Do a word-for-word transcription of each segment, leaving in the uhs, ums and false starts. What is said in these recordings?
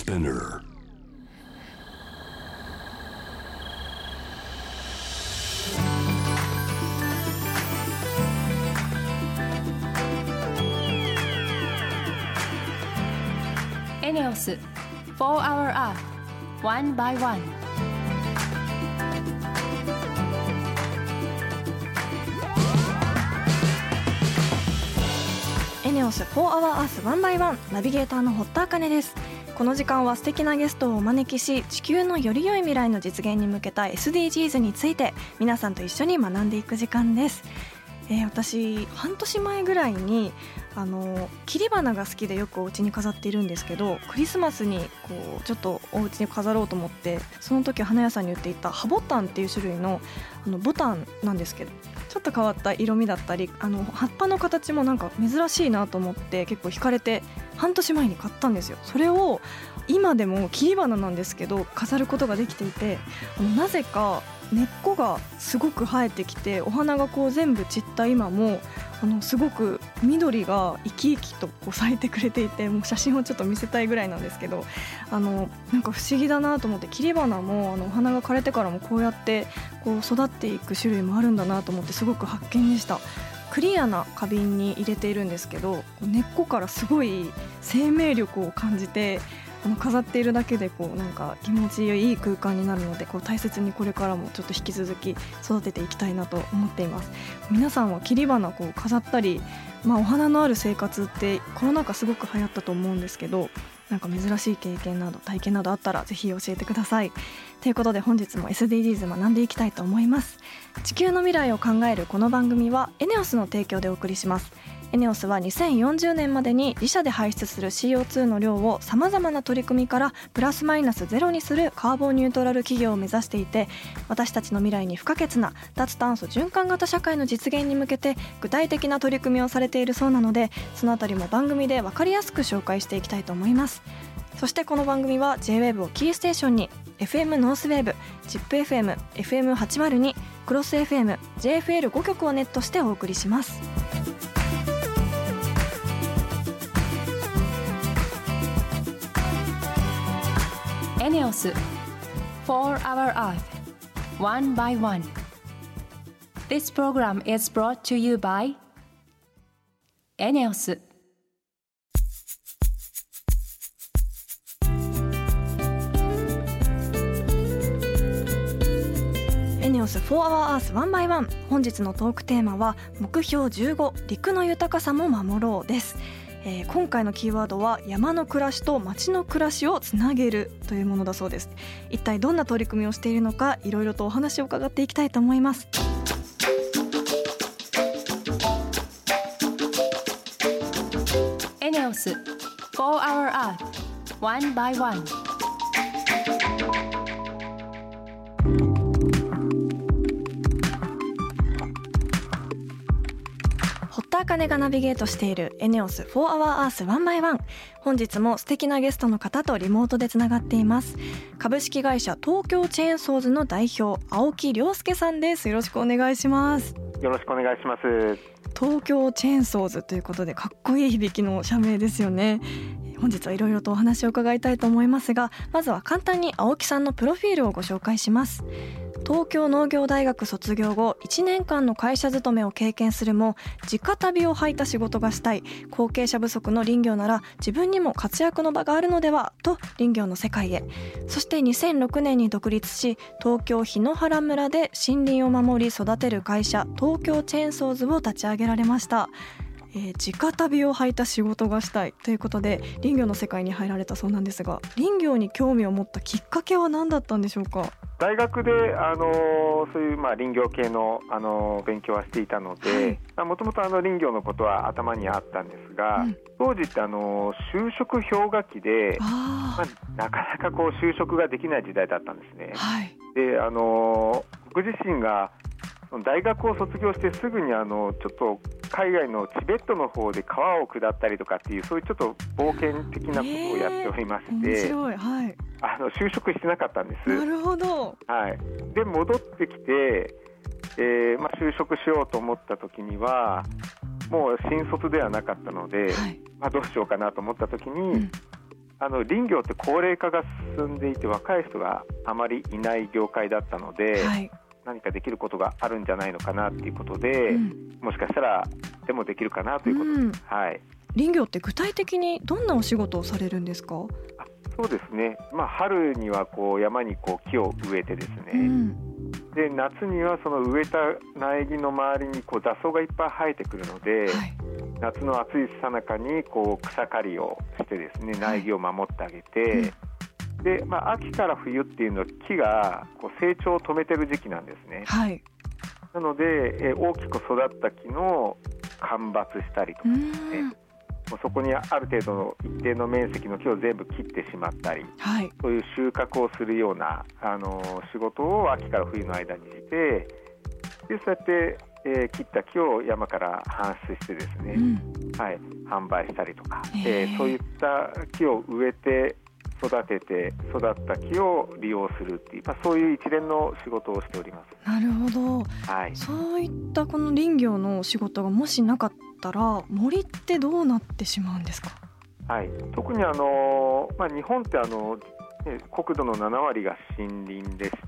Spinner. エネオス For Our Earth One by One。 エネオス For Our Earth One by One ナビゲーターの堀田茜です。この時間は素敵なゲストをお招きし、地球のより良い未来の実現に向けた エスディージーズ について皆さんと一緒に学んでいく時間です。えー、私半年前ぐらいにあの切り花が好きでよくお家に飾っているんですけど、クリスマスにこうちょっとお家に飾ろうと思って、その時花屋さんに売っていた葉ボタンっていう種類のあのボタンなんですけど、ちょっと変わった色味だったり、あの葉っぱの形もなんか珍しいなと思って結構惹かれて半年前に買ったんですよ。それを今でも切り花なんですけど飾ることができていて、あのなぜか根っこがすごく生えてきて、お花がこう全部散った今もあのすごく緑が生き生きとこう咲いてくれていて、もう写真をちょっと見せたいぐらいなんですけど、あのなんか不思議だなと思って、切り花もあのお花が枯れてからもこうやってこう育っていく種類もあるんだなと思って、すごく発見でした。クリアな花瓶に入れているんですけど、根っこからすごい生命力を感じて、あの飾っているだけでこうなんか気持ちいい空間になるので、こう大切にこれからもちょっと引き続き育てていきたいなと思っています。皆さんは切り花こう飾ったり、まあ、お花のある生活ってコロナ禍すごく流行ったと思うんですけど、なんか珍しい経験など体験などあったらぜひ教えてください。ということで本日も エスディージーズ 学んでいきたいと思います。地球の未来を考えるこの番組はエネオスの提供でお送りします。エネオスはにせんよんじゅうねんまでに自社で排出する シーオーツー の量をさまざまな取り組みからプラスマイナスゼロにするカーボンニュートラル企業を目指していて、私たちの未来に不可欠な脱炭素循環型社会の実現に向けて具体的な取り組みをされているそうなので、そのあたりも番組で分かりやすく紹介していきたいと思います。そしてこの番組は ジェイウェーブ をキーステーションに エフエム ノースウェーブ、ジップエフエム、エフエムはちまるに、クロス エフエム、ジェイエフエルご 局をネットしてお送りします。 エネオス For Our Earth One by One。 This program is brought to you by エネオス。 エネオス For Our Earth One by One。 本日のトークテーマは目標じゅうご、陸の豊かさも守ろうです。えー、今回のキーワードは山の暮らしと街の暮らしをつなげるというものだそうです。一体どんな取り組みをしているのか、いろいろとお話を伺っていきたいと思います。 エネオス For Our Earth One by One。 堀田茜がナビゲートしているエネオス For Our Earth One by One。 本日も素敵なゲストの方とリモートでつながっています。株式会社東京チェーンソーズの代表、青木亮介さんです。よろしくお願いします。 よろしくお願いします。 東京チェーンソーズということでかっこいい響きの社名ですよね。本日はいろいろとお話を伺いたいと思いますが、まずは簡単に青木さんのプロフィールをご紹介します。東京農業大学卒業後いちねんかんの会社勤めを経験するも、直旅を履いた仕事がしたい、後継者不足の林業なら自分にも活躍の場があるのではと林業の世界へ。そしてにせんろくねんに独立し、東京檜原村で森林を守り育てる会社東京チェーンソーズを立ち上げられました。えー、直旅を履いた仕事がしたいということで林業の世界に入られたそうなんですが、林業に興味を持ったきっかけは何だったんでしょうか？ 大学で、あのー、そういうまあ林業系の、あのー、勉強はしていたので、もともと林業のことは頭にあったんですが、うん、当時って、あのー、就職氷河期で、まあ、なかなかこう就職ができない時代だったんですね。はい、で、あのー、僕自身が大学を卒業してすぐにあのちょっと海外のチベットの方で川を下ったりとかっていう、そういうちょっと冒険的なことをやっておりまして、面白い、はい、あの就職してなかったんです。 なるほど、 はい、で戻ってきて、えーまあ、就職しようと思った時にはもう新卒ではなかったので、はい、まあ、どうしようかなと思った時に、うん、 あの林業って高齢化が進んでいて若い人があまりいない業界だったので、はい、何かできることがあるんじゃないのかなっていうことで、うん、もしかしたらでもできるかなということです、うん、はい、 林業って具体的にどんなお仕事をされるんですか？ あ、そうですね、まあ、春にはこう山にこう木を植えてですね、うん、で夏にはその植えた苗木の周りにこう雑草がいっぱい生えてくるので、はい、夏の暑い最中にこう草刈りをしてですね苗木を守ってあげて、はい、でまあ、秋から冬っていうのは木がこう成長を止めてる時期なんですね、はい、なのでえ大きく育った木の間伐したりとかですね、もうそこにある程度の一定の面積の木を全部切ってしまったり、はい、そういう収穫をするようなあの仕事を秋から冬の間にして、でそうやってえー、切った木を山から搬出してですね、うん、はい、販売したりとか、えー、そういった木を植えて育てて育った木を利用するっていう、まあ、そういう一連の仕事をしております。 なるほど、はい、そういったこの林業の仕事がもしなかったら森ってどうなってしまうんですか？ はい、特にあの、まあ、日本ってあの国土のななわりが森林でして、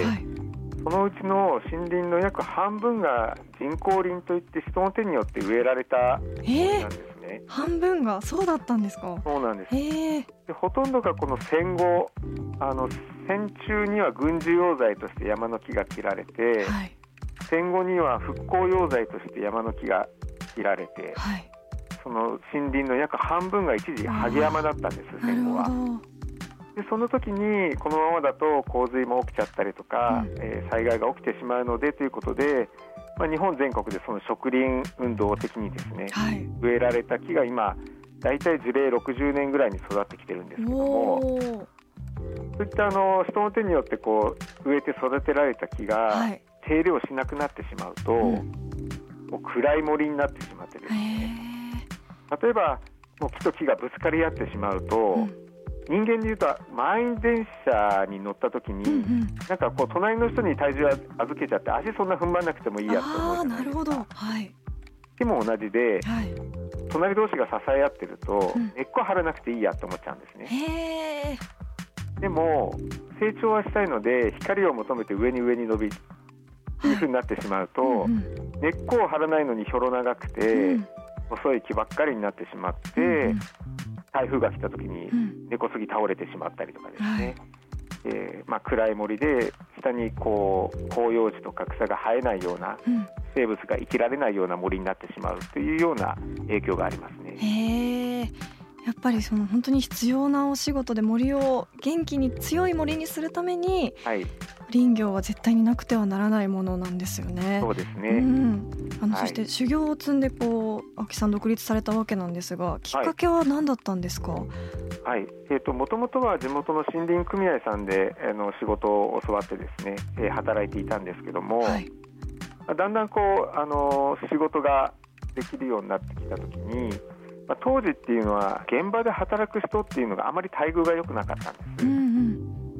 はい、そのうちの森林の約半分が人工林といって人の手によって植えられた森なんですね、えー、 半分がそうだったんですか？ そうなんです、 えー、 でほとんどがこの戦後あの戦中には軍事用材として山の木が切られて、はい、戦後には復興用材として山の木が切られて、はい、その森林の約半分が一時ハゲ山だったんです。戦後はでその時にこのままだと洪水も起きちゃったりとか、うんえー、災害が起きてしまうのでということで、まあ、日本全国でその植林運動的にですね、はい、植えられた木が今だいたい樹齢ろくじゅうねんぐらいに育ってきてるんですけども、そういったあの人の手によってこう植えて育てられた木が手入れをしなくなってしまうと、はい、もう暗い森になってしまってですね、例えばもう木と木がぶつかり合ってしまうと、うん人間でいうと満員電車に乗った時に、うんうん、なんかこう隣の人に体重預けちゃって足そんな踏ん張んなくてもいいやって思うじゃないですか。あー、なるほど、はい、木も同じで、はい、隣同士が支え合ってると、うん、根っこ張らなくていいやって思っちゃうんですね。へー。でも成長はしたいので光を求めて上に上に伸びるという風になってしまうと、はいうんうん、根っこを張らないのにひょろ長くて、うん、細い木ばっかりになってしまって、うんうん台風が来た時に根こそぎ倒れてしまったりとかですね、はいえーまあ、暗い森で下にこう広葉樹とか草が生えないような、うん、生物が生きられないような森になってしまうというような影響がありますね。 へー、やっぱりその本当に必要なお仕事で森を元気に強い森にするために、はい、林業は絶対になくてはならないものなんですよね。 そうですね、 うん、あの、はい、そして修行を積んでこう青木さん独立されたわけなんですが、きっかけは何だったんですか？はいはいえー、ともともとは地元の森林組合さんであの仕事を教わってですね、えー、働いていたんですけども、はい、だんだんこうあの仕事ができるようになってきたときに、まあ、当時っていうのは現場で働く人っていうのがあまり待遇が良くなかったんです、うんうん、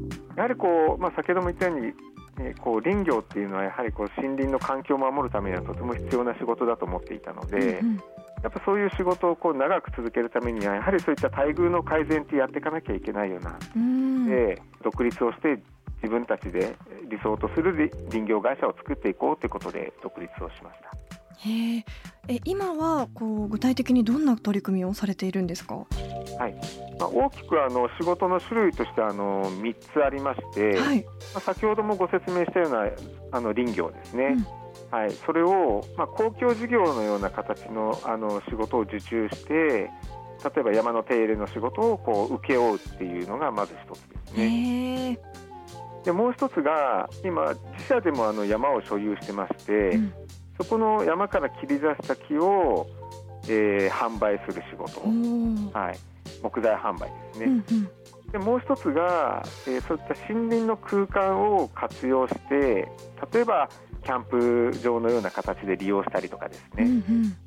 やはりこう、まあ、先ほども言ったように、えー、こう林業っていうのはやはりこう森林の環境を守るためにはとても必要な仕事だと思っていたので、うんうんやっぱそういう仕事をこう長く続けるためにはやはりそういった待遇の改善ってやっていかなきゃいけないようなで独立をして自分たちで理想とする林業会社を作っていこうということで独立をしました。 へーえ今はこう具体的にどんな取り組みをされているんですか？ はいまあ、大きくあの仕事の種類としてあのみっつありまして、はいまあ、先ほどもご説明したようなあの林業ですね、うんはい、それを、まあ、公共事業のような形 の, あの仕事を受注して例えば山の手入れの仕事をこう請け負うっていうのがまず一つですね。でもう一つが今自社でもあの山を所有してまして、うん、そこの山から切り出した木を、えー、販売する仕事、はい、木材販売ですね、うんうん、でもう一つが、えー、そういった森林の空間を活用して例えばキャンプ場のような形で利用したりとかですね、うんうん、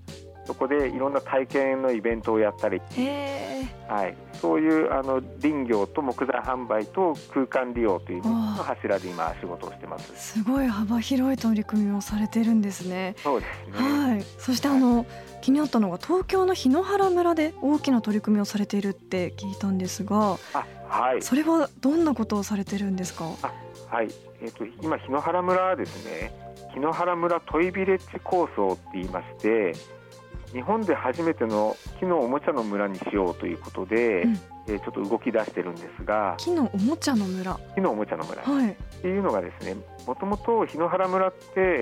そこでいろんな体験のイベントをやったり、 へー、 はい、そういうあの林業と木材販売と空間利用というの柱で今仕事をしてます。 すごい幅広い取り組みをされてるんですね。 そうですね、 はい、そしてあの、はい、気になったのが東京の檜原村で大きな取り組みをされているって聞いたんですが、 あ、はい、 それはどんなことをされてるんですか？ あ、はい、えーと、今檜原村はですね、檜原村トイビレッジ構想って言いまして、日本で初めての木のおもちゃの村にしようということで、うん、えー、ちょっと動き出してるんですが、 木のおもちゃの村木のおもちゃの村、 はい、 っていうのがですね、もともと檜原村って、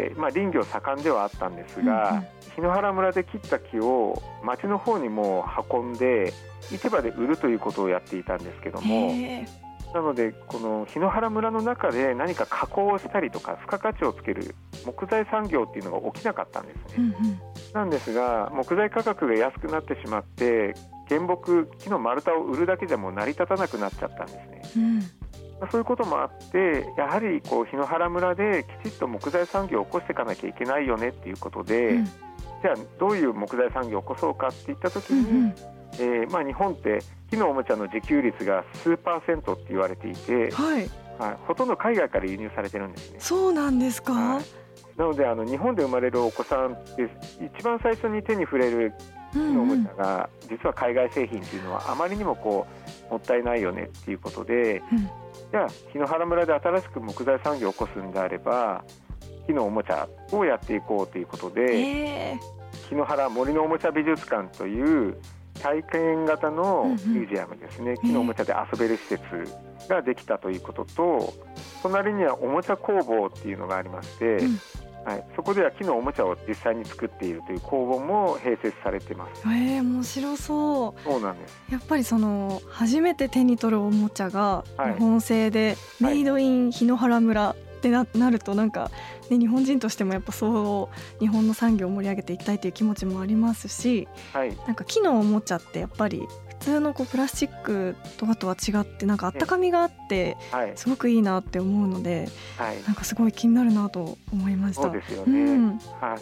まあ、林業盛んではあったんですが、うんうん、檜原村で切った木を町の方にも運んで市場で売るということをやっていたんですけども、なのでこの檜原村の中で何か加工をしたりとか付加価値をつける木材産業っていうのが起きなかったんですね、うんうん、なんですが木材価格が安くなってしまって原木、木の丸太を売るだけじゃもう成り立たなくなっちゃったんですね、うん、そういうこともあってやはりこう檜原村できちっと木材産業を起こしていかなきゃいけないよねっていうことで、うん、じゃあどういう木材産業を起こそうかっていった時に、うんうん、えーまあ、日本って木のおもちゃの自給率が数パーセントって言われていて、はいはい、ほとんど海外から輸入されてるんですね。 そうなんですか、はい、 なのであの日本で生まれるお子さんって一番最初に手に触れる木のおもちゃが、うんうん、実は海外製品っていうのはあまりにもこうもったいないよねっていうことで、うん、じゃあ檜原村で新しく木材産業を起こすんであれば木のおもちゃをやっていこうということで、檜原森のおもちゃ美術館という体験型のミュージアムですね、うんうん、木のおもちゃで遊べる施設ができたということと、隣にはおもちゃ工房っていうのがありまして、うん、はい、そこでは木のおもちゃを実際に作っているという工房も併設されています。 えー、面白そう。 そうなんです。 やっぱりその初めて手に取るおもちゃが日本製で、はい、メイドイン檜原村って な, なるとなんか、ね、日本人としてもやっぱそう日本の産業を盛り上げていきたいという気持ちもありますし、はい、なんか木のおもちゃってやっぱり普通のこうプラスチックとかとは違ってなんかあったかみがあってすごくいいなって思うので、はい、なんかすごい気になるなと思いました。 そうですよね、うん、はい、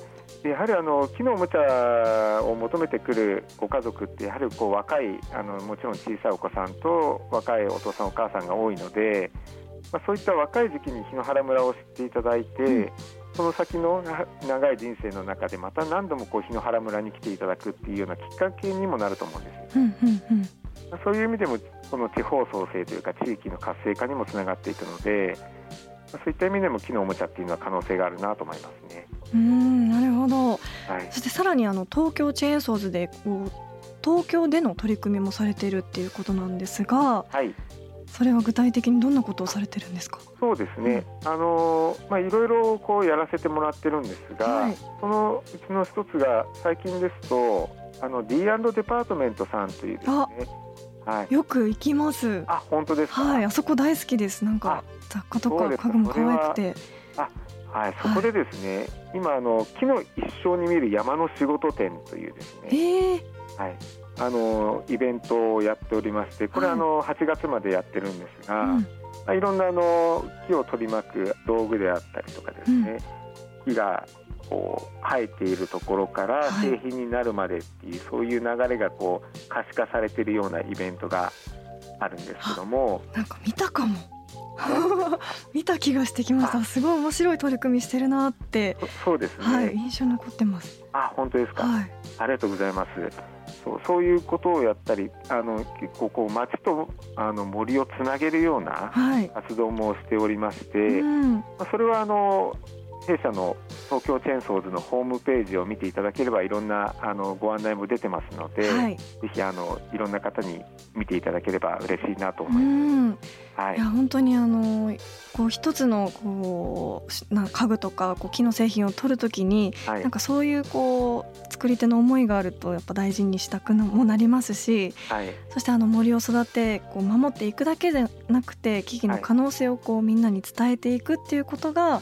やはりあの木のおもちゃを求めてくるご家族ってやはりこう若いあのもちろん小さいお子さんと若いお父さんお母さんが多いので、まあ、そういった若い時期に檜原村を知っていただいて、うん、その先の長い人生の中でまた何度もこう檜原村に来ていただくっていうようなきっかけにもなると思うんですよ、うんうんうん、そういう意味でもこの地方創生というか地域の活性化にもつながっていくので、そういった意味でも木のおもちゃっていうのは可能性があるなと思いますね。 うーん、なるほど、はい、そしてさらにあの東京チェーンソーズでこう東京での取り組みもされているっていうことなんですが、はい、それは具体的にどんなことをされてるんですか？ そうですね、うん、あのまあ、いろいろこうやらせてもらってるんですが、はい、そのうちの一つが最近ですとあの ディーアンド デパートメントさんというですね、 はい、よく行きます。 あ、本当ですか？ はい、あそこ大好きです。なんか雑貨とか家具も可愛くて、 あ、はい、そこでですね、はい、今あの木の一生に見る山の仕事展というですね、えーはい、あのイベントをやっておりまして、これはあのはちがつまでやってるんですが、うん、まあ、いろんなあの木を取り巻く道具であったりとかですね、うん、木がこう生えているところから製品になるまでっていう、はい、そういう流れがこう可視化されているようなイベントがあるんですけども、 なんか見たかも見た気がしてきました。すごい面白い取り組みしてるなって。 そ, そうですね、 はい、印象に残ってます。 あ、本当ですか、はい、ありがとうございます。そう、そういうことをやったり、あの結構こう町とあの森をつなげるような活動もしておりまして、はい、うん、まあ、それはあの弊社の東京チェーンソーズのホームページを見ていただければいろんなあのご案内も出てますので、はい、ぜひあのいろんな方に見ていただければ嬉しいなと思います。うん、 はい、いや本当にあのこう一つのこうな家具とかこう木の製品を取るときに、はい、なんかそういうこう作り手の思いがあるとやっぱ大事にしたくもなりますし、はい、そしてあの森を育てこう守っていくだけでなくて木々の可能性をこうみんなに伝えていくっていうことが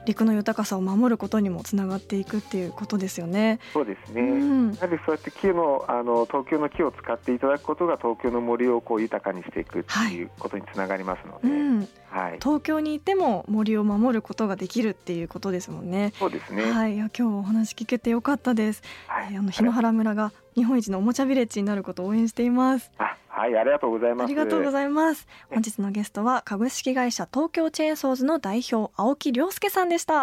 陸の豊かさを守ることにもつながっていくっていうことですよね。 そうですね、 うん、 やはりそうやって木の、あの東京の木を使っていただくことが東京の森をこう豊かにしていくっていうことにつながりますので、 はい、うんはい、 東京にいても森を守ることができるっていうことですもんね。 そうですね、 はい、いや今日お話聞けてよかったです、はい、えー、あの檜原村が日本一のおもちゃビレッジになることを応援しています。 あ、はい、ありがとうございます。 ありがとうございます。本日のゲストは株式会社東京チェーンソーズの代表青木亮介さんでした。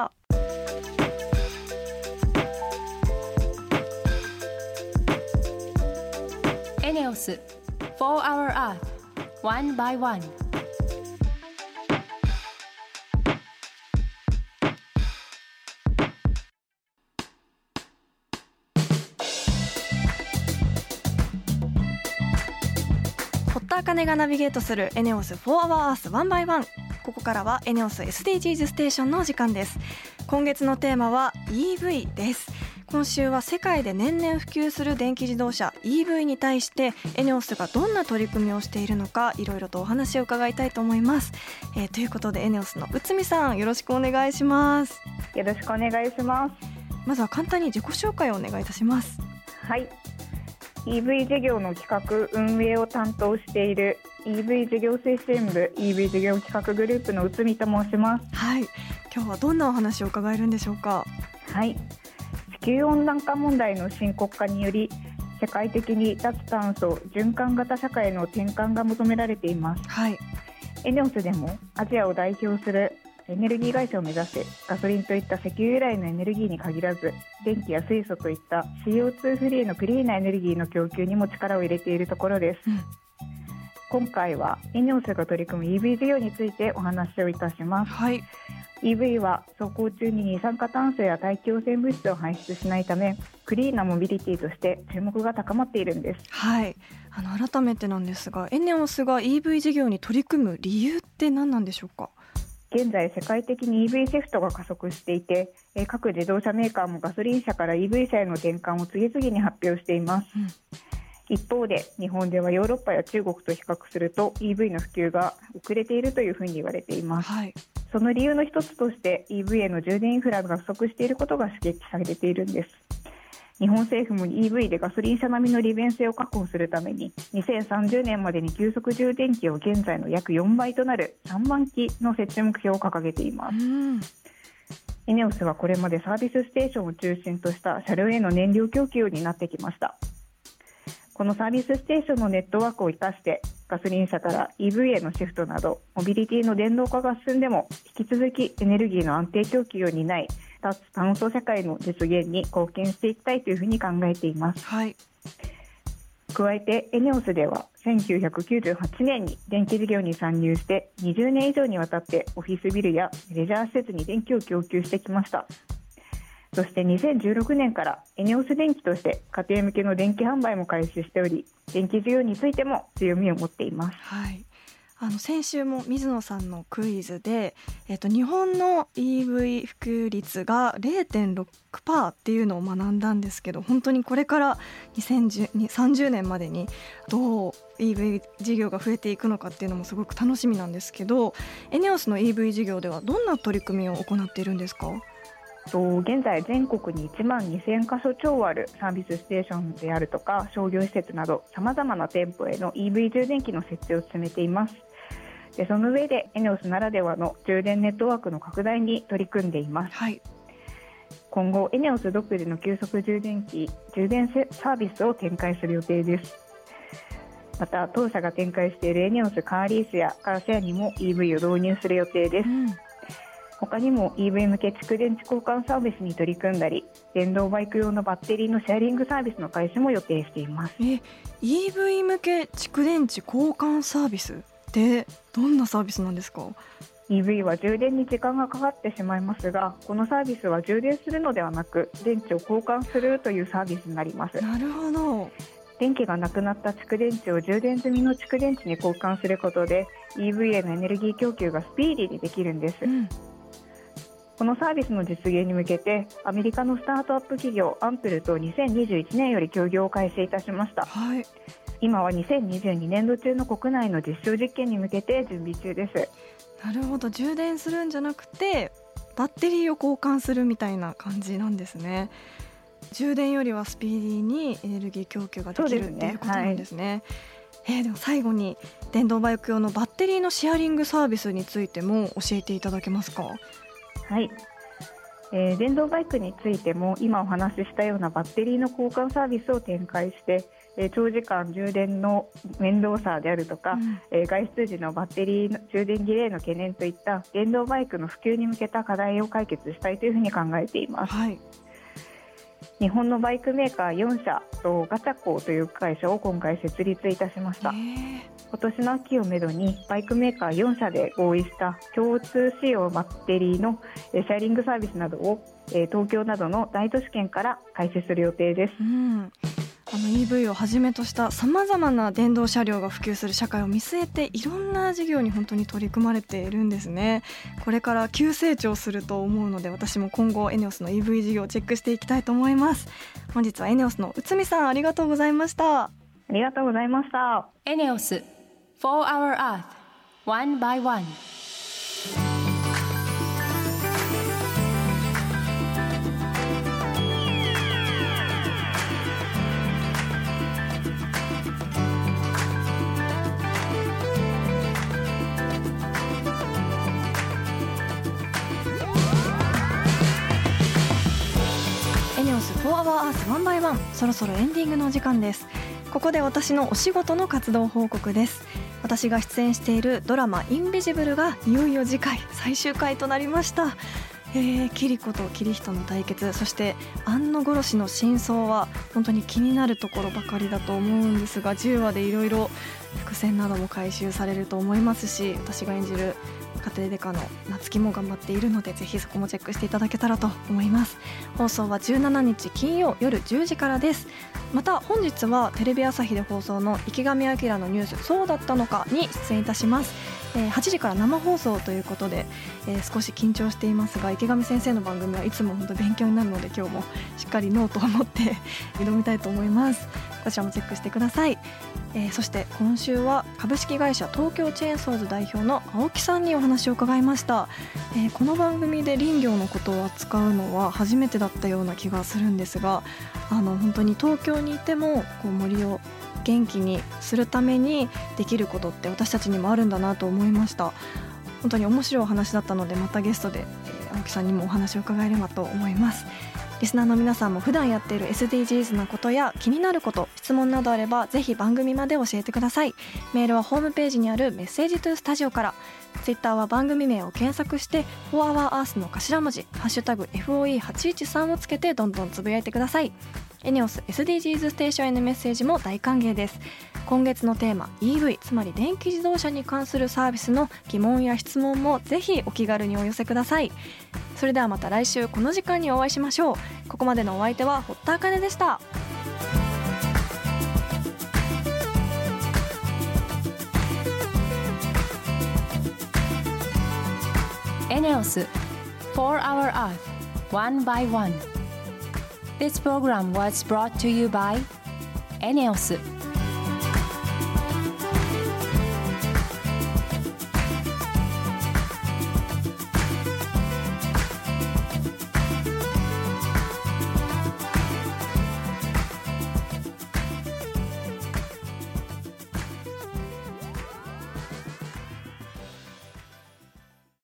エネオス For Our Earth One by One。 堀田茜がナビゲートするエネオス For Our Earth One by One。ここからはエネオス エスディージーズ ステーションのお時間です。今月のテーマは イーブイ です。今週は世界で年々普及する電気自動車 イーブイ に対してエネオスがどんな取り組みをしているのか、いろいろとお話を伺いたいと思います。えー、ということでエネオスの内海さん、よろしくお願いします。 よろしくお願いします。 まずは簡単に自己紹介をお願いいたします。 はい、イーブイ 事業の企画運営を担当している イーブイ 事業推進部 イーブイ 事業企画グループの内海と申します。 はい、今日はどんなお話を伺えるんでしょうか。 はい、地球温暖化問題の深刻化により世界的に脱炭素循環型社会の転換が求められています。 はい、 エネオスでもアジアを代表するエネルギー会社を目指してガソリンといった石油由来のエネルギーに限らず電気や水素といった シーオーツー フリーのクリーンなエネルギーの供給にも力を入れているところです。うん、今回はエネオスが取り組む イーブイ 事業についてお話をいたします。 はい、 イーブイ は走行中に二酸化炭素や大気汚染物質を排出しないためクリーンなモビリティとして注目が高まっているんです。 はい、あの改めてなんですがエネオスが イーブイ 事業に取り組む理由って何なんでしょうか。 現在世界的に イーブイ シフトが加速していて各自動車メーカーもガソリン車から イーブイ 車への転換を次々に発表しています。うん、一方で日本ではヨーロッパや中国と比較すると イーブイ の普及が遅れているというふうに言われています。はい、その理由の一つとして イーブイ への充電インフラが不足していることが指摘されているんです。日本政府も イーブイ でガソリン車並みの利便性を確保するためににせんさんじゅうねんまでに急速充電器を現在の約よんばいとなるさんまんきの設置目標を掲げています。エネオスはこれまでサービスステーションを中心とした車両への燃料供給を担ってきました。このサービスステーションのネットワークを生かしてガソリン車から イーブイ へのシフトなどモビリティの電動化が進んでも引き続きエネルギーの安定供給を担い脱炭素社会の実現に貢献していきたいというふうに考えています。 はい、 加えてエネオスではせんきゅうひゃくきゅうじゅうはちねんに電気事業に参入してにじゅうねん以上にわたってオフィスビルやレジャー施設に電気を供給してきました。そしてにせんじゅうろくねんからエネオス電気として家庭向けの電気販売も開始しており電気事業についても強みを持っています。 はい、あの先週も水野さんのクイズで、えっと、日本の イーブイ 普及率が れいてんろくパーセント っていうのを学んだんですけど本当にこれからにせんさんじゅうねんまでにどう イーブイ 事業が増えていくのかっていうのもすごく楽しみなんですけどエネオスの イーブイ 事業ではどんな取り組みを行っているんですか。 現在全国にいちまんにせんかしょ超あるサービスステーションであるとか商業施設などさまざまな店舗への イーブイ 充電器の設置を進めています。でその上でエネオスならではの充電ネットワークの拡大に取り組んでいます。 はい、 今後エネオス独自の急速充電器充電サービスを展開する予定です。また当社が展開しているエネオスカーリースやカーシェアにも イーブイ を導入する予定です。うん、他にも イーブイ 向け蓄電池交換サービスに取り組んだり電動バイク用のバッテリーのシェアリングサービスの開始も予定しています。 え イーブイ 向け蓄電池交換サービスってどんなサービスなんですか。 イーブイ は充電に時間がかかってしまいますがこのサービスは充電するのではなく電池を交換するというサービスになります。 なるほど。 電気がなくなった蓄電池を充電済みの蓄電池に交換することで イーブイ へのエネルギー供給がスピーディーにできるんです。うん、このサービスの実現に向けてアメリカのスタートアップ企業アンプルとにせんにじゅういちねんより協業を開始いたしました。 はい、 今はにせんにじゅうにねんど中の国内の実証実験に向けて準備中です。 なるほど、充電するんじゃなくてバッテリーを交換するみたいな感じなんですね。充電よりはスピーディーにエネルギー供給ができるっていうことなんですね。えー、でも最後に電動バイク用のバッテリーのシェアリングサービスについても教えていただけますか？ はい、えー、電動バイクについても今お話ししたようなバッテリーの交換サービスを展開して、えー、長時間充電の面倒さであるとか、うんえー、外出時のバッテリーの充電切れの懸念といった電動バイクの普及に向けた課題を解決したいというふうに考えています。はい、日本のバイクメーカーよんしゃとガチャコーという会社を今回設立いたしました。今年の秋をめどにバイクメーカーよんしゃで合意した共通使用バッテリーのシェアリングサービスなどを東京などの大都市圏から開始する予定です。 うんあの イーブイ をはじめとしたさまざまな電動車両が普及する社会を見据えていろんな事業に本当に取り組まれているんですね。これから急成長すると思うので私も今後エネオスの イーブイ 事業をチェックしていきたいと思います。本日はエネオスの内海さんありがとうございました。 ありがとうございました。 エネオス For Our Earth One by One。 エネオス For Our Earth One by One、 そろそろエンディングのお時間です。ここで私のお仕事の活動報告です。私が出演しているドラマインビジブルがいよいよ次回最終回となりました。えー、キリコとキリヒトの対決、そして安野殺しの真相は本当に気になるところばかりだと思うんですが、じゅうわでいろいろ伏線なども回収されると思いますし、私が演じる家庭デカの夏希も頑張っているので、ぜひそこもチェックしていただけたらと思います。放送はじゅうしちにち金曜夜じゅうじからです。また本日はテレビ朝日で放送の池上彰のニュースそうだったのかに出演いたします。えー、はちじから生放送ということで、えー、少し緊張していますが、池上先生の番組はいつも本当勉強になるので、今日もしっかりノートを持って挑みたいと思います。こちらもチェックしてください。えー、そして今週は株式会社東京チェーンソーズ代表の青木さんにお話を伺いました。えー、この番組で林業のことを扱うのは初めてだったような気がするんですが、あの本当に東京にいてもこう森を元気にするためにできることって私たちにもあるんだなと思いました。本当に面白いお話だったので、またゲストで、えー、青木さんにもお話を伺えればと思います。リスナーの皆さんも普段やっている エスディージーズ なことや気になること、質問などあればぜひ番組まで教えてください。メールはホームページにあるメッセージトゥースタジオから、ツイッターは番組名を検索して フォーアワーアース の頭文字ハッシュタグ エフオーイーはちいちさん をつけてどんどんつぶやいてください。エネオス エスディージーズ ステーションへのメッセージも大歓迎です。今月のテーマ イーブイ、 つまり電気自動車に関するサービスの疑問や質問もぜひお気軽にお寄せください。それではまた来週この時間にお会いしましょう。ここまでのお相手は堀田茜でした。 エネオス For Our Earth One by One。This program was brought to you by エネオス。